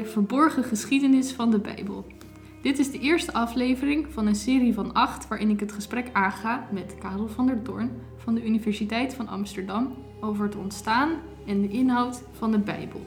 verborgen geschiedenis van de Bijbel. Dit is de eerste aflevering van een serie van 8 waarin ik het gesprek aanga met Karel van der Doorn van de Universiteit van Amsterdam over het ontstaan en de inhoud van de Bijbel.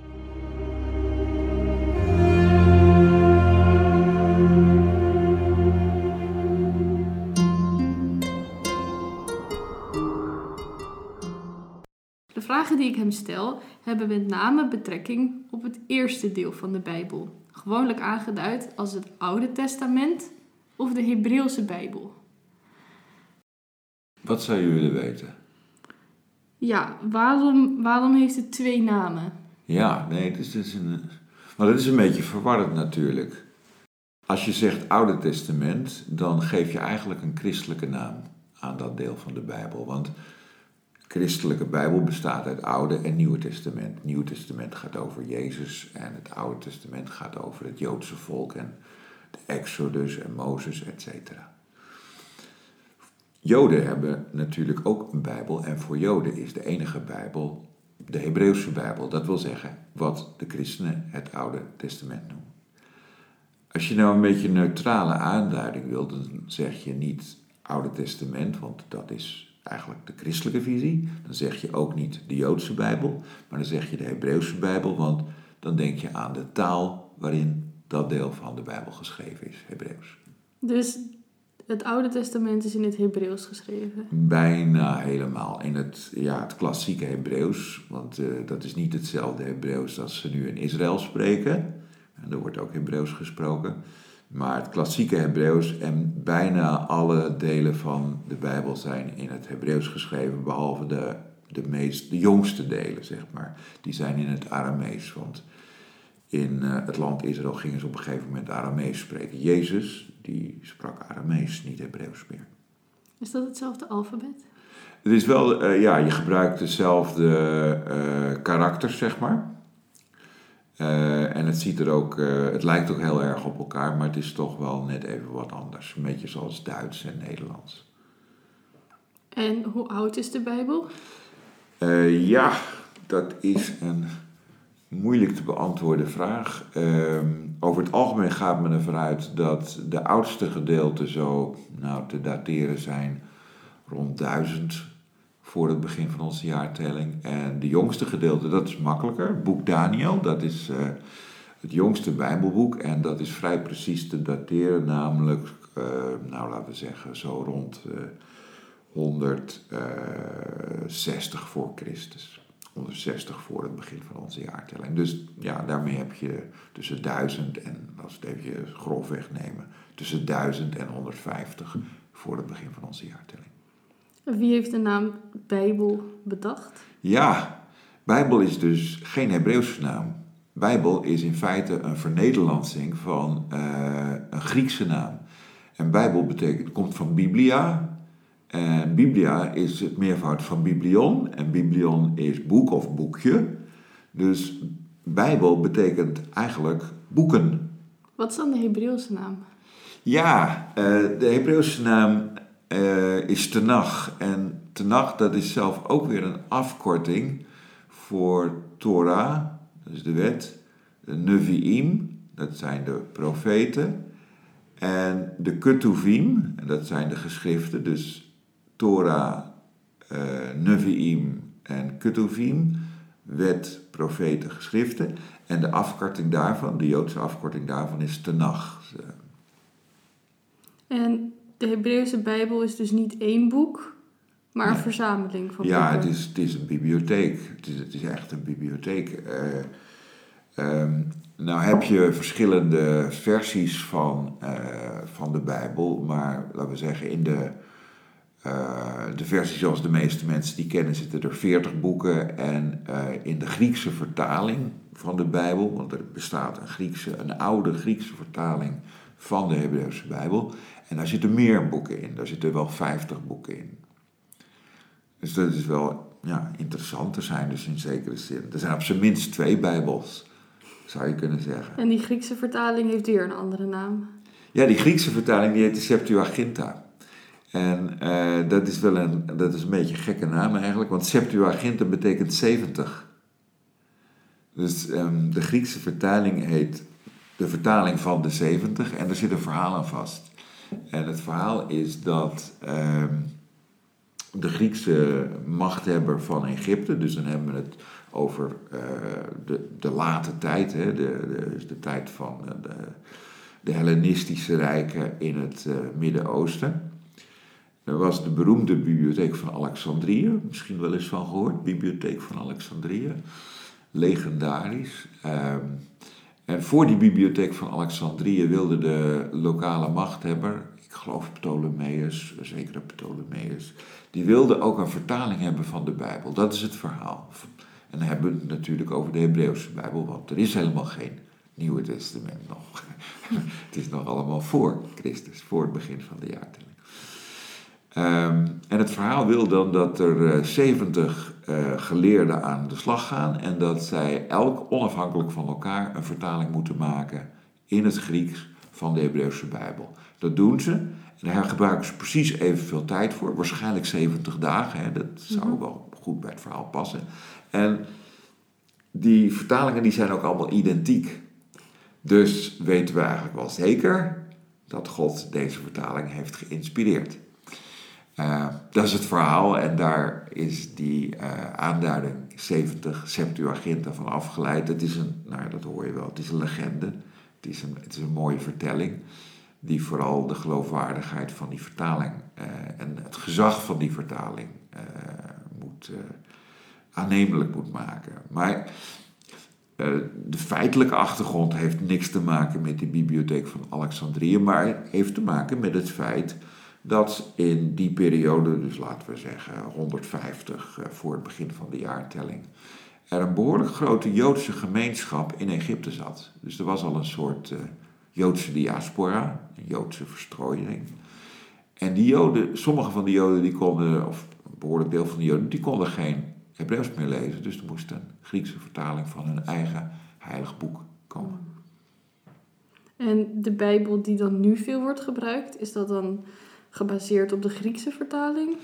De vragen die ik hem stel hebben met name betrekking op het eerste deel van de Bijbel, gewoonlijk aangeduid als het Oude Testament of de Hebreeuwse Bijbel. Wat zou je willen weten? Ja, waarom heeft het 2 namen? Ja, nee, maar dat is een beetje verwarrend natuurlijk. Als je zegt Oude Testament, dan geef je eigenlijk een christelijke naam aan dat deel van de Bijbel. Want de christelijke Bijbel bestaat uit Oude en Nieuwe Testament. Het Nieuwe Testament gaat over Jezus en het Oude Testament gaat over het Joodse volk en de Exodus en Mozes, etc. Joden hebben natuurlijk ook een Bijbel en voor Joden is de enige Bijbel de Hebreeuwse Bijbel. Dat wil zeggen wat de christenen het Oude Testament noemen. Als je nou een beetje een neutrale aanduiding wilt, dan zeg je niet Oude Testament, want dat is eigenlijk de christelijke visie. Dan zeg je ook niet de Joodse Bijbel, maar dan zeg je de Hebreeuwse Bijbel, want dan denk je aan de taal waarin dat deel van de Bijbel geschreven is, Hebreeuws. Dus het Oude Testament is in het Hebreeuws geschreven? Bijna helemaal. In het klassieke Hebreeuws, want dat is niet hetzelfde Hebreeuws als ze nu in Israël spreken. En er wordt ook Hebreeuws gesproken. Maar het klassieke Hebreeuws en bijna alle delen van de Bijbel zijn in het Hebreeuws geschreven, behalve de jongste delen, zeg maar. Die zijn in het Aramees, want in het land Israël gingen ze op een gegeven moment Aramees spreken. Jezus, die sprak Aramees, niet Hebreeuws meer. Is dat hetzelfde alfabet? Het is wel, je gebruikt dezelfde karakters, zeg maar. En het lijkt ook heel erg op elkaar, maar het is toch wel net even wat anders. Een beetje zoals Duits en Nederlands. En hoe oud is de Bijbel? Dat is een moeilijk te beantwoorden vraag. Over het algemeen gaat men ervan uit dat de oudste gedeelten zo te dateren zijn rond 1000 voor het begin van onze jaartelling. En de jongste gedeelte, dat is makkelijker. Het boek Daniel, dat is het jongste Bijbelboek. En dat is vrij precies te dateren, namelijk, laten we zeggen, zo rond 160 voor Christus. 160 voor het begin van onze jaartelling. Dus ja, daarmee heb je tussen 1000 en, als we het even grofweg nemen, tussen 1000 en 150 voor het begin van onze jaartelling. Wie heeft de naam Bijbel bedacht? Ja, Bijbel is dus geen Hebreeuwse naam. Bijbel is in feite een vernederlandsing van een Griekse naam. En Bijbel komt van Biblia. En Biblia is het meervoud van biblion. En biblion is boek of boekje. Dus Bijbel betekent eigenlijk boeken. Wat is dan de Hebreeuwse naam? Ja, de Hebreeuwse naam is Tenach. En Tenach, dat is zelf ook weer een afkorting voor Torah, dat is de wet. De Nevi'im, dat zijn de profeten. En de Ketuvim, en dat zijn de geschriften. Dus Torah, Nevi'im en Ketuvim, wet, profeten, geschriften. En de afkorting daarvan, de Joodse afkorting daarvan, is Tenach. En de Hebreeuwse Bijbel is dus niet één boek, maar een verzameling van boeken? Ja, het is een bibliotheek. Het is echt een bibliotheek. Nou heb je verschillende versies van de Bijbel, maar laten we zeggen in de versie zoals de meeste mensen die kennen zitten er 40 boeken en in de Griekse vertaling van de Bijbel, want er bestaat een oude Griekse vertaling van de Hebreeuwse Bijbel en daar zitten meer boeken in, daar zitten wel 50 boeken in. Dus dat is wel interessant, er zijn dus in zekere zin, er zijn op zijn minst 2 Bijbels, zou je kunnen zeggen. En die Griekse vertaling heeft weer een andere naam? Ja, die Griekse vertaling die heet de Septuaginta. En dat is een beetje een gekke naam eigenlijk, want Septuaginta betekent 70. Dus de Griekse vertaling heet de vertaling van de 70 en er zit een verhaal aan vast. En het verhaal is dat de Griekse machthebber van Egypte, dus dan hebben we het over de late tijd, hè, de tijd van de Hellenistische rijken in het Midden-Oosten. Er was de beroemde bibliotheek van Alexandrië, misschien wel eens van gehoord, bibliotheek van Alexandrië, legendarisch. En voor die bibliotheek van Alexandrië wilde de lokale machthebber, ik geloof Ptolemeus, zekere Ptolemeus, die wilde ook een vertaling hebben van de Bijbel. Dat is het verhaal. En dan hebben we het natuurlijk over de Hebreeuwse Bijbel, want er is helemaal geen Nieuwe Testament nog. Het is nog allemaal voor Christus, voor het begin van de jaartelling. En het verhaal wil dan dat er 70 geleerden aan de slag gaan en dat zij elk onafhankelijk van elkaar een vertaling moeten maken in het Grieks van de Hebreeuwse Bijbel. Dat doen ze en daar gebruiken ze precies evenveel tijd voor, waarschijnlijk 70 dagen, hè, dat zou wel goed bij het verhaal passen. En die vertalingen die zijn ook allemaal identiek. Dus weten we eigenlijk wel zeker dat God deze vertaling heeft geïnspireerd. Dat is het verhaal en daar is die aanduiding 70 Septuaginta van afgeleid. Het is dat hoor je wel, het is een legende. Het is een mooie vertelling die vooral de geloofwaardigheid van die vertaling en het gezag van die vertaling aannemelijk moet maken. Maar de feitelijke achtergrond heeft niks te maken met die bibliotheek van Alexandrië, maar heeft te maken met het feit dat in die periode, dus laten we zeggen 150 voor het begin van de jaartelling, er een behoorlijk grote Joodse gemeenschap in Egypte zat. Dus er was al een soort Joodse diaspora, een Joodse verstrooiing. En die Joden, sommige van die Joden die konden, of een behoorlijk deel van de Joden, die konden geen Hebreeuws meer lezen. Dus er moest een Griekse vertaling van hun eigen heilig boek komen. En de Bijbel die dan nu veel wordt gebruikt, is dat dan gebaseerd op de Griekse vertaling?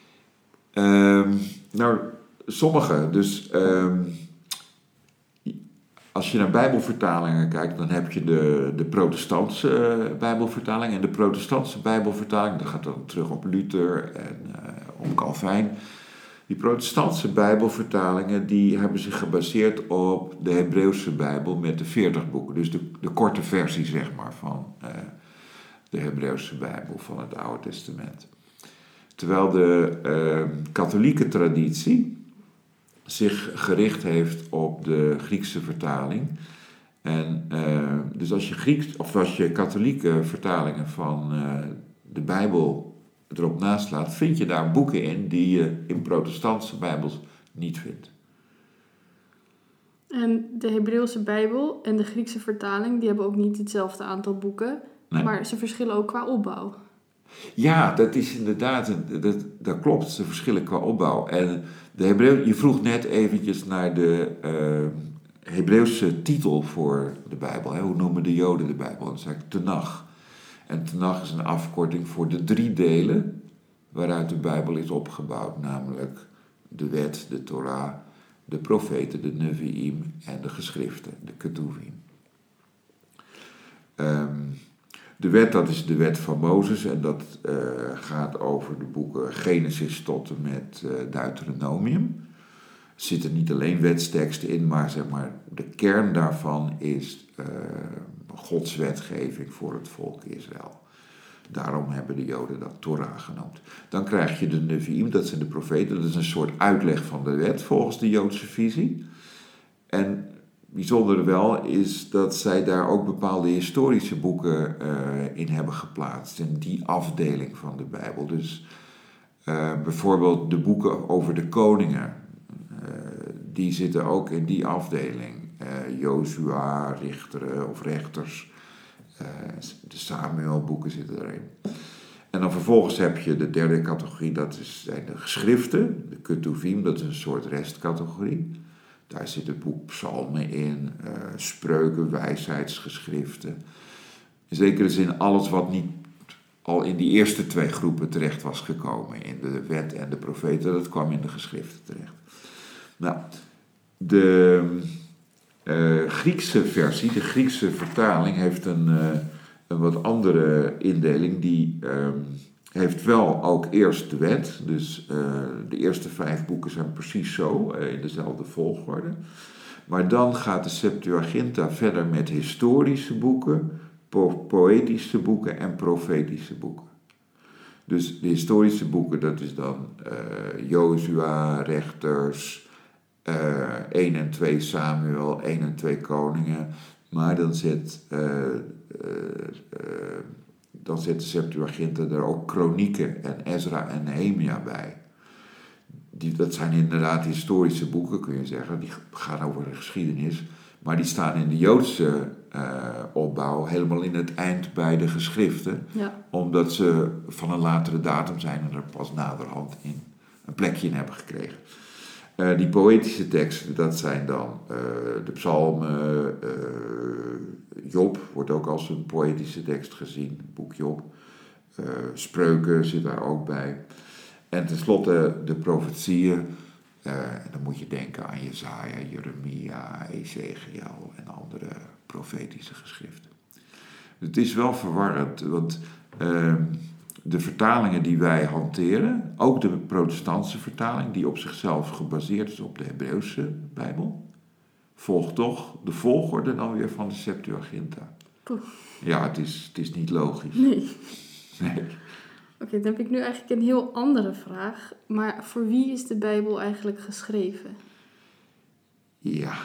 Sommige. Dus als je naar Bijbelvertalingen kijkt, dan heb je de protestantse Bijbelvertaling. En de protestantse Bijbelvertaling, dat gaat dan terug op Luther en op Calvijn. Die protestantse Bijbelvertalingen, die hebben zich gebaseerd op de Hebreeuwse Bijbel met de 40 boeken. Dus de korte versie, zeg maar, van de Hebreeuwse Bijbel van het Oude Testament. Terwijl de katholieke traditie zich gericht heeft op de Griekse vertaling. En dus als je katholieke vertalingen van de Bijbel erop naslaat, vind je daar boeken in die je in protestantse Bijbels niet vindt. En de Hebreeuwse Bijbel en de Griekse vertaling, die hebben ook niet hetzelfde aantal boeken, Nee. Maar ze verschillen ook qua opbouw. Ja, dat is inderdaad, dat klopt, ze verschillen qua opbouw. En je vroeg net eventjes naar de Hebreeuwse titel voor de Bijbel. Hè? Hoe noemen de Joden de Bijbel? Dat is eigenlijk Tenach. En Tenach is een afkorting voor de 3 delen waaruit de Bijbel is opgebouwd. Namelijk de wet, de Torah, de profeten, de Nevi'im en de geschriften, de Ketuvim. De wet, dat is de wet van Mozes en dat gaat over de boeken Genesis tot en met Deuteronomium. Er zitten niet alleen wetsteksten in, maar zeg maar de kern daarvan is Gods wetgeving voor het volk Israël. Daarom hebben de Joden dat Torah genoemd. Dan krijg je de Nevi'im, dat zijn de profeten, dat is een soort uitleg van de wet volgens de Joodse visie. En bijzonder wel is dat zij daar ook bepaalde historische boeken in hebben geplaatst. In die afdeling van de Bijbel. Dus bijvoorbeeld de boeken over de koningen. Die zitten ook in die afdeling. Jozua, Richteren of Rechters. De Samuel-boeken zitten erin. En dan vervolgens heb je de derde categorie, dat zijn de geschriften. De Ketuvim, dat is een soort restcategorie. Daar zit het boek Psalmen in, spreuken, wijsheidsgeschriften. In zekere zin alles wat niet al in die eerste 2 groepen terecht was gekomen. In de wet en de profeten, dat kwam in de geschriften terecht. Nou, Griekse versie, de Griekse vertaling, heeft een wat andere indeling. Die heeft wel ook eerst de wet. Dus de eerste 5 boeken zijn precies zo, in dezelfde volgorde. Maar dan gaat de Septuaginta verder met historische boeken, poëtische boeken en profetische boeken. Dus de historische boeken, dat is dan Jozua, Rechters, 1 en 2 Samuel, 1 en 2 Koningen. Maar dan zet de Septuaginta er ook Kronieken en Ezra en Nehemia bij. Dat zijn inderdaad historische boeken, kun je zeggen. Die gaan over de geschiedenis. Maar die staan in de Joodse opbouw helemaal in het eind bij de geschriften. Ja. Omdat ze van een latere datum zijn en er pas naderhand in een plekje in hebben gekregen. Die poëtische teksten, dat zijn dan de psalmen. Job wordt ook als een poëtische tekst gezien, het boek Job. Spreuken zit daar ook bij. En tenslotte de profetieën. En dan moet je denken aan Jesaja, Jeremia, Ezekiel en andere profetische geschriften. Het is wel verwarrend, want de vertalingen die wij hanteren, ook de protestantse vertaling, die op zichzelf gebaseerd is op de Hebreeuwse Bijbel, volgt toch de volgorde dan weer van de Septuaginta. Poeh. Ja, het is niet logisch. Nee. Oké, dan heb ik nu eigenlijk een heel andere vraag. Maar voor wie is de Bijbel eigenlijk geschreven? Ja,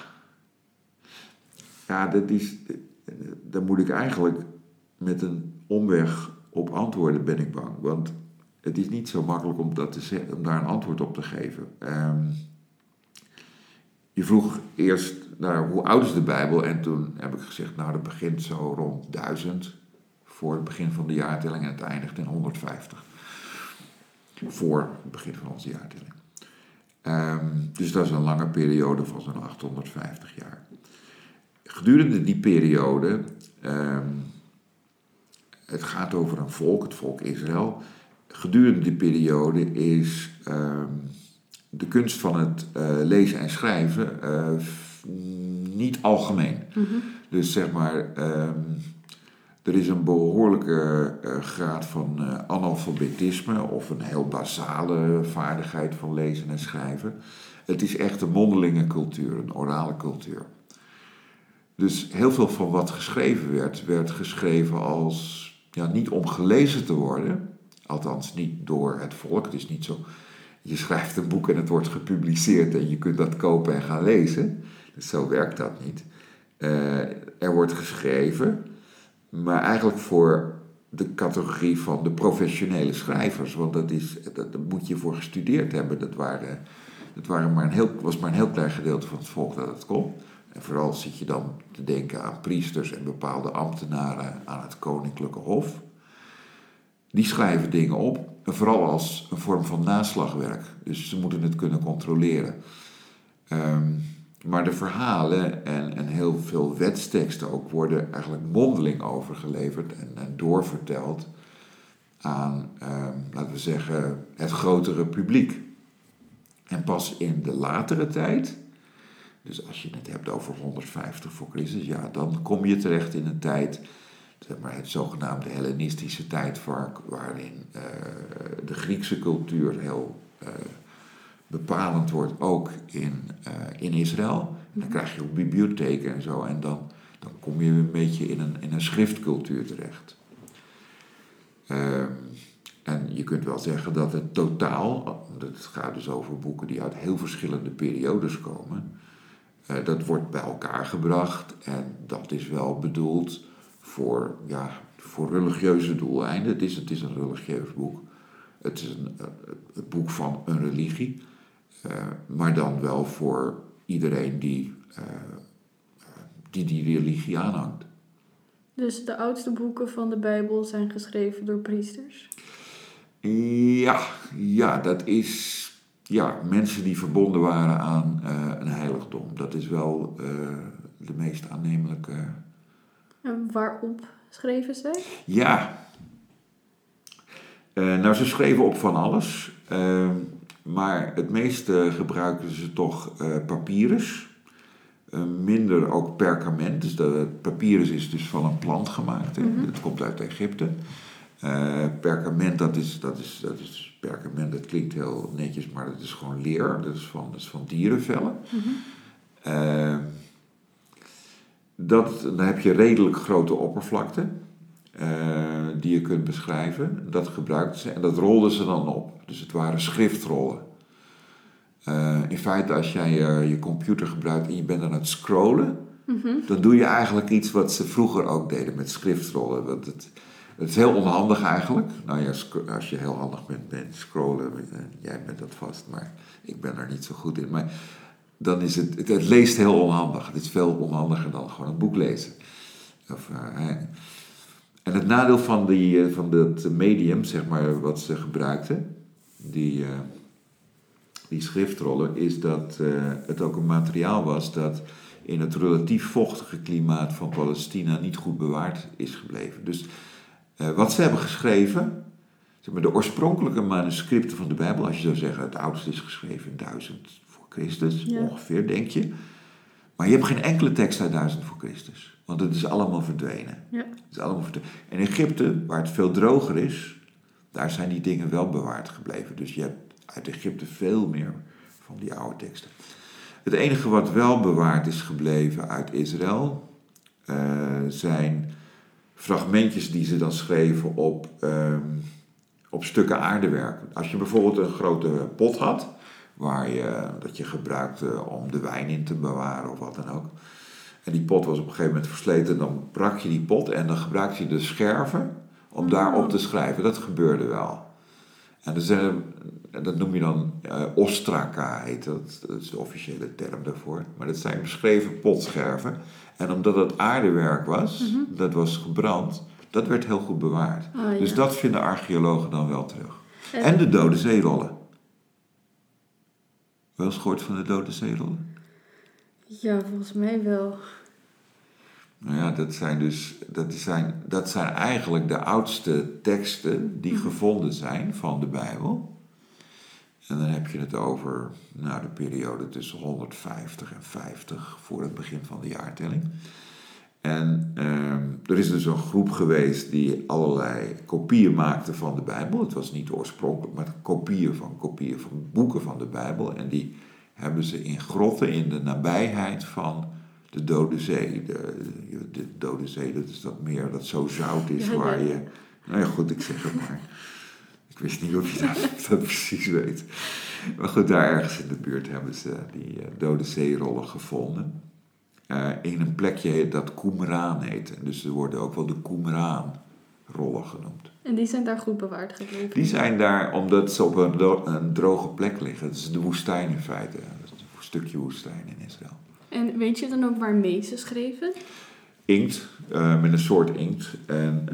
daar moet ik eigenlijk met een omweg op antwoorden, ben ik bang. Want het is niet zo makkelijk om daar een antwoord op te geven. Je vroeg eerst naar hoe oud is de Bijbel? En toen heb ik gezegd, dat begint zo rond 1000... voor het begin van de jaartelling en het eindigt in 150. Voor het begin van onze jaartelling. Dus dat is een lange periode van zo'n 850 jaar. Gedurende die periode, het gaat over een volk, het volk Israël. Gedurende die periode is de kunst van het lezen en schrijven niet algemeen. Mm-hmm. Dus zeg maar, er is een behoorlijke graad van analfabetisme of een heel basale vaardigheid van lezen en schrijven. Het is echt een mondelinge cultuur, een orale cultuur. Dus heel veel van wat geschreven werd geschreven als, niet om gelezen te worden. Althans, niet door het volk. Het is niet zo, je schrijft een boek en het wordt gepubliceerd en je kunt dat kopen en gaan lezen. Dus zo werkt dat niet. Er wordt geschreven, maar eigenlijk voor de categorie van de professionele schrijvers. Want daar moet je voor gestudeerd hebben. Was maar een heel klein gedeelte van het volk dat het kon. En vooral zit je dan te denken aan priesters en bepaalde ambtenaren aan het koninklijke hof. Die schrijven dingen op, en vooral als een vorm van naslagwerk. Dus ze moeten het kunnen controleren. Maar de verhalen en heel veel wetsteksten ook worden eigenlijk mondeling overgeleverd en doorverteld aan, laten we zeggen, het grotere publiek. En pas in de latere tijd, dus als je het hebt over 150 voor Christus, dan kom je terecht in een tijd, zeg maar het zogenaamde Hellenistische tijdvak, waarin de Griekse cultuur heel bepalend wordt, ook in Israël. En dan krijg je ook bibliotheken en zo, en dan kom je een beetje in een schriftcultuur terecht. En je kunt wel zeggen dat het totaal, het gaat dus over boeken die uit heel verschillende periodes komen, dat wordt bij elkaar gebracht en dat is wel bedoeld voor religieuze doeleinden. Het is een religieus boek. Het is het boek van een religie, maar dan wel voor iedereen die religie aanhangt. Dus de oudste boeken van de Bijbel zijn geschreven door priesters? Ja, dat is mensen die verbonden waren aan een heiligdom. Dat is wel de meest aannemelijke. En waarop schreven zij? Ja, ze schreven op van alles. Maar het meeste gebruikten ze toch papyrus. minder ook perkament. Dus het papyrus is dus van een plant gemaakt. Hè? Dat komt uit Egypte. Perkament, dat is perkament, dat klinkt heel netjes, maar dat is gewoon leer. Dat is van dierenvellen. Dan heb je redelijk grote oppervlakte die je kunt beschrijven. Dat gebruikten ze en dat rolden ze dan op. Dus het waren schriftrollen. In feite, als jij je computer gebruikt en je bent aan het scrollen, dan doe je eigenlijk iets wat ze vroeger ook deden met schriftrollen. Het is heel onhandig eigenlijk. Nou ja, als je heel handig bent scrollen, jij bent dat vast, maar ik ben er niet zo goed in. Maar dan is het leest heel onhandig. Het is veel onhandiger dan gewoon een boek lezen. En het nadeel van dat medium, zeg maar, wat ze gebruikten, die schriftrollen, is dat het ook een materiaal was dat in het relatief vochtige klimaat van Palestina niet goed bewaard is gebleven. Dus wat ze hebben geschreven, zeg maar, de oorspronkelijke manuscripten van de Bijbel, als je zou zeggen, het oudste is geschreven in 1000 voor Christus, ongeveer, denk je. Maar je hebt geen enkele tekst uit 1000 voor Christus, want het is allemaal verdwenen. Ja. Het is allemaal verdwenen. In Egypte, waar het veel droger is, daar zijn die dingen wel bewaard gebleven. Dus je hebt uit Egypte veel meer van die oude teksten. Het enige wat wel bewaard is gebleven uit Israël zijn fragmentjes die ze dan schreven op stukken aardewerk. Als je bijvoorbeeld een grote pot had, dat je gebruikte om de wijn in te bewaren of wat dan ook. En die pot was op een gegeven moment versleten, dan brak je die pot en dan gebruikte je de scherven om daarop te schrijven. Dat gebeurde wel. En dat noem je dan ostraka, heet dat. Dat is de officiële term daarvoor. Maar dat zijn beschreven potscherven. En omdat het aardewerk was, dat was gebrand, dat werd heel goed bewaard. Oh, ja. Dus dat vinden archeologen dan wel terug. En de Dode Zeerollen. Wel eens gehoord van de Dode Zeerollen? Ja, volgens mij wel. Nou ja, dat zijn eigenlijk de oudste teksten die gevonden zijn van de Bijbel. En dan heb je het over de periode tussen 150 en 50 voor het begin van de jaartelling. En er is dus een groep geweest die allerlei kopieën maakte van de Bijbel. Het was niet oorspronkelijk, maar kopieën van boeken van de Bijbel. En die hebben ze in grotten in de nabijheid van de Dode Zee. De Dode Zee, dat is dat meer dat zo zout is waar je... Nou ja, goed, ik zeg het maar. Ik wist niet of je dat precies weet. Maar goed, daar ergens in de buurt hebben ze die Dode Zeerollen gevonden. In een plekje dat Qumran heet. Dus ze worden ook wel de Qumran-rollen genoemd. En die zijn daar goed bewaard gebleven? Die zijn daar omdat ze op een droge plek liggen. Dat is de woestijn in feite. Dat is een stukje woestijn in Israël. En weet je dan ook waarmee ze schreven? Inkt, met een soort inkt. En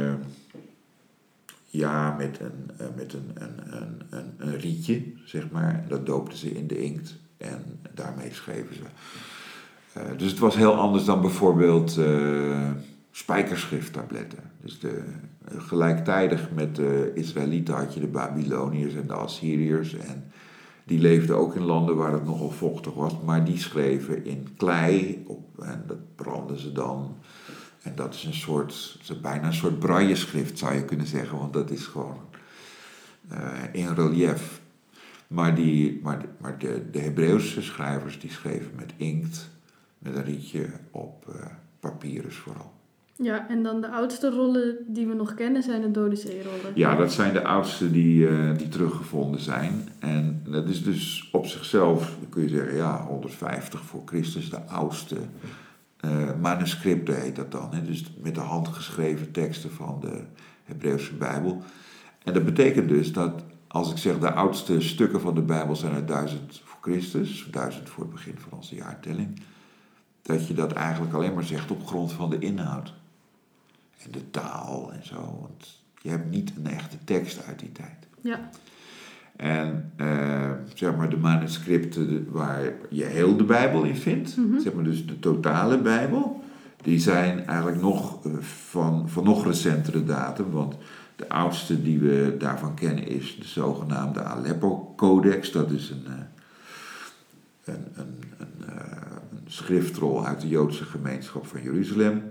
met een rietje, zeg maar. Dat doopten ze in de inkt. En daarmee schreven ze. Dus het was heel anders dan bijvoorbeeld spijkerschrifttabletten. Dus gelijktijdig met de Israëlieten had je de Babyloniërs en de Assyriërs. En die leefden ook in landen waar het nogal vochtig was. Maar die schreven in klei op en dat brandden ze dan. En dat is bijna een soort brailleschrift zou je kunnen zeggen. Want dat is gewoon in relief. Maar de Hebreeuwse schrijvers die schreven met inkt. Met een rietje op papyrus vooral. Ja, en dan de oudste rollen die we nog kennen zijn de Dode Zeerollen. Ja, dat zijn de oudste die teruggevonden zijn. En dat is dus op zichzelf, kun je zeggen, 150 voor Christus, de oudste manuscripten heet dat dan. Hè? Dus met de hand geschreven teksten van de Hebreeuwse Bijbel. En dat betekent dus dat, als ik zeg de oudste stukken van de Bijbel zijn uit 1000 voor Christus, 1000 voor het begin van onze jaartelling, dat je dat eigenlijk alleen maar zegt op grond van de inhoud. En de taal en zo. Want je hebt niet een echte tekst uit die tijd. Ja. En zeg maar de manuscripten waar je heel de Bijbel in vindt. Zeg maar dus de totale Bijbel. Die zijn eigenlijk nog van nog recentere datum. Want de oudste die we daarvan kennen is de zogenaamde Aleppo-codex. Dat is een schriftrol uit de Joodse gemeenschap van Jeruzalem.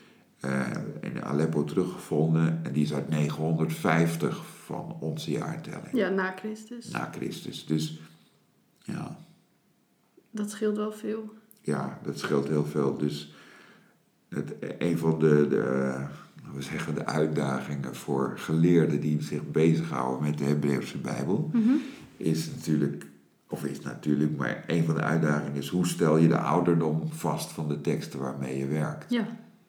In Aleppo teruggevonden. En die is uit 950 van onze jaartelling. Ja, na Christus. Na Christus. Dus ja. Dat scheelt wel veel. Ja, dat scheelt heel veel. Dus een van de uitdagingen voor geleerden die zich bezighouden met de Hebreeuwse Bijbel, is natuurlijk, maar een van de uitdagingen is hoe stel je de ouderdom vast van de teksten waarmee je werkt. Ja.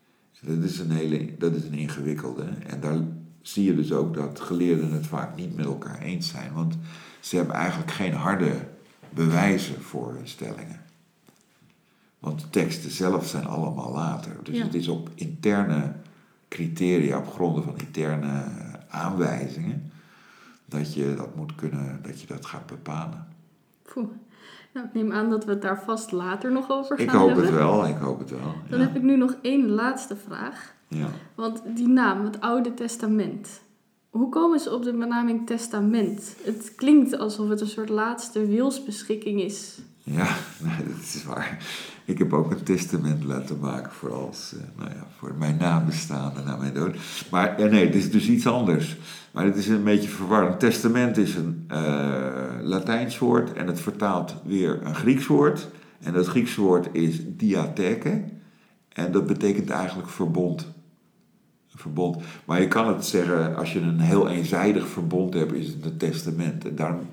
Dat is een ingewikkelde. En daar zie je dus ook dat geleerden het vaak niet met elkaar eens zijn, want ze hebben eigenlijk geen harde bewijzen voor hun stellingen. Want de teksten zelf zijn allemaal later. Dus het is op interne criteria, op gronden van interne aanwijzingen, dat je dat gaat bepalen. Poeh. Nou, ik neem aan dat we het daar vast later nog over gaan Ik hoop hebben. het wel. Dan heb ik nu nog één laatste vraag. Ja. Want die naam, het Oude Testament. Hoe komen ze op de benaming testament? Het klinkt alsof het een soort laatste wilsbeschikking is. Ja, dat is waar. Ik heb ook een testament laten maken voor mijn nabestaanden na mijn dood. Maar nee, het is dus iets anders. Maar het is een beetje verwarrend. Testament is een Latijns woord en het vertaalt weer een Grieks woord. En dat Griekse woord is diatheke. En dat betekent eigenlijk verbond. Verbond. Maar je kan het zeggen, als je een heel eenzijdig verbond hebt, is het een testament. En daarom,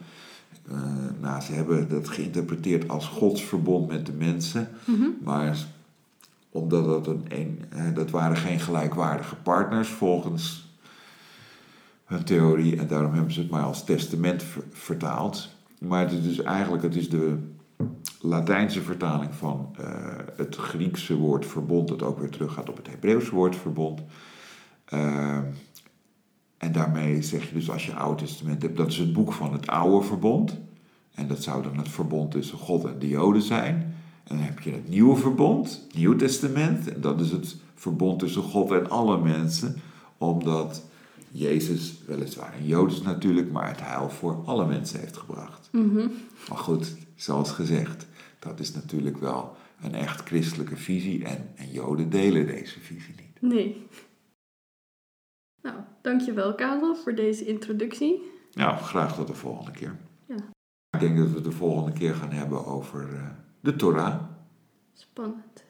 ze hebben dat geïnterpreteerd als Gods verbond met de mensen. Maar omdat dat waren geen gelijkwaardige partners volgens hun theorie. En daarom hebben ze het maar als testament vertaald. Maar het is dus eigenlijk, de Latijnse vertaling van het Griekse woord verbond, dat ook weer teruggaat op het Hebreeuwse woord verbond. En daarmee zeg je dus als je Oude Testament hebt, dat is het boek van het oude verbond. En dat zou dan het verbond tussen God en de Joden zijn. En dan heb je het nieuwe verbond, het Nieuw Testament. En dat is het verbond tussen God en alle mensen. Omdat Jezus, weliswaar een Jood is natuurlijk, maar het heil voor alle mensen heeft gebracht. Maar goed, zoals gezegd, dat is natuurlijk wel een echt christelijke visie. En Joden delen deze visie niet. Nee. Nou, dankjewel Karel voor deze introductie. Nou, graag tot de volgende keer. Ja. Ik denk dat we het de volgende keer gaan hebben over de Torah. Spannend.